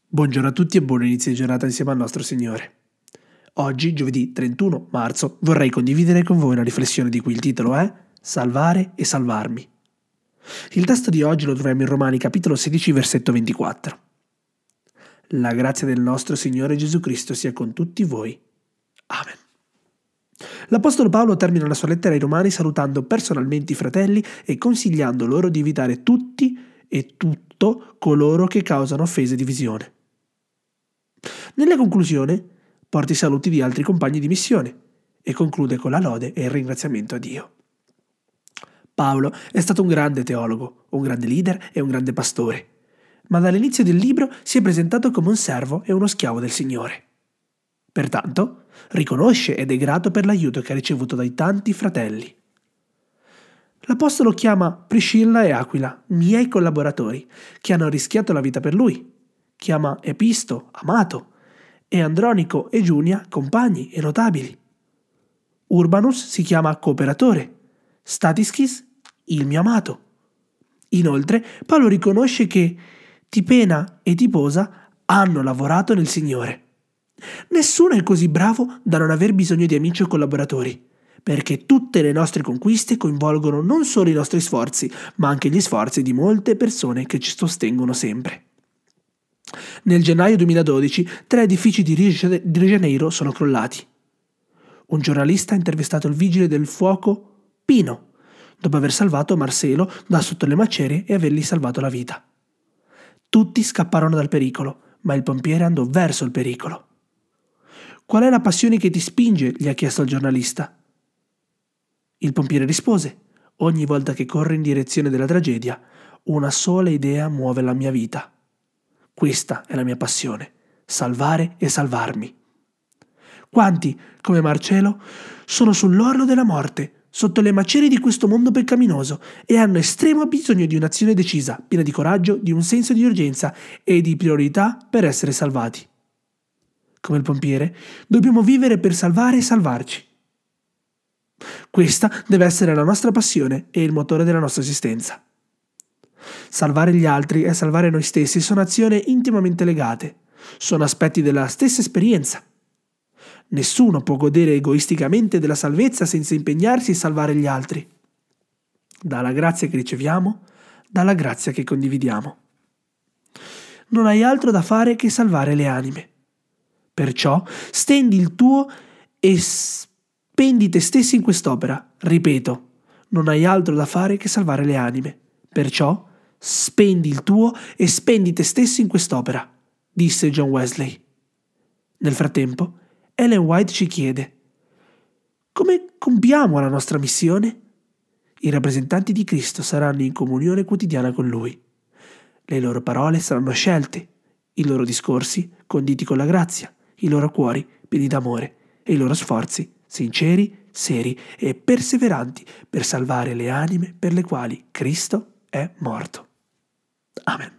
Buongiorno a tutti e buon inizio di giornata insieme al nostro Signore. Oggi, giovedì 31 marzo, vorrei condividere con voi una riflessione di cui il titolo è Salvare e salvarmi. Il testo di oggi lo troviamo in Romani capitolo 16 versetto 24. La grazia del nostro Signore Gesù Cristo sia con tutti voi. Amen. L'Apostolo Paolo termina la sua lettera ai Romani salutando personalmente i fratelli e consigliando loro di evitare tutti e tutto coloro che causano offese e divisione. Nella conclusione, porta i saluti di altri compagni di missione e conclude con la lode e il ringraziamento a Dio. Paolo è stato un grande teologo, un grande leader e un grande pastore, ma dall'inizio del libro si è presentato come un servo e uno schiavo del Signore. Pertanto, riconosce ed è grato per l'aiuto che ha ricevuto dai tanti fratelli. L'Apostolo chiama Priscilla e Aquila, miei collaboratori, che hanno rischiato la vita per lui. Chiama Episto, amato, e Andronico e Giunia, compagni e notabili. Urbanus si chiama cooperatore, Statischis, il mio amato. Inoltre, Paolo riconosce che Tipena e Tiposa hanno lavorato nel Signore. Nessuno è così bravo da non aver bisogno di amici o collaboratori, perché tutte le nostre conquiste coinvolgono non solo i nostri sforzi, ma anche gli sforzi di molte persone che ci sostengono sempre. Nel gennaio 2012 3 edifici di Rio de Janeiro sono crollati. Un giornalista ha intervistato il vigile del fuoco Pino, dopo aver salvato Marcelo da sotto le macerie e avergli salvato la vita. Tutti scapparono dal pericolo, ma il pompiere andò verso il pericolo. «Qual è la passione che ti spinge?» gli ha chiesto il giornalista. Il pompiere rispose: «Ogni volta che corro in direzione della tragedia, una sola idea muove la mia vita. Questa è la mia passione, salvare e salvarmi». Quanti, come Marcello, sono sull'orlo della morte, sotto le macerie di questo mondo peccaminoso e hanno estremo bisogno di un'azione decisa, piena di coraggio, di un senso di urgenza e di priorità per essere salvati. Come il pompiere, dobbiamo vivere per salvare e salvarci. Questa deve essere la nostra passione e il motore della nostra esistenza. Salvare gli altri e salvare noi stessi sono azioni intimamente legate, sono aspetti della stessa esperienza. Nessuno può godere egoisticamente della salvezza senza impegnarsi a salvare gli altri. Dalla grazia che riceviamo, dalla grazia che condividiamo. Non hai altro da fare che salvare le anime. Perciò stendi il tuo e spendi te stessi in quest'opera. Ripeto, non hai altro da fare che salvare le anime. Perciò spendi il tuo e spendi te stesso in quest'opera, disse John Wesley. Nel frattempo, Ellen White ci chiede: come compiamo la nostra missione? I rappresentanti di Cristo saranno in comunione quotidiana con Lui. Le loro parole saranno scelte, i loro discorsi conditi con la grazia, i loro cuori pieni d'amore e i loro sforzi sinceri, seri e perseveranti per salvare le anime per le quali Cristo è morto. Amen.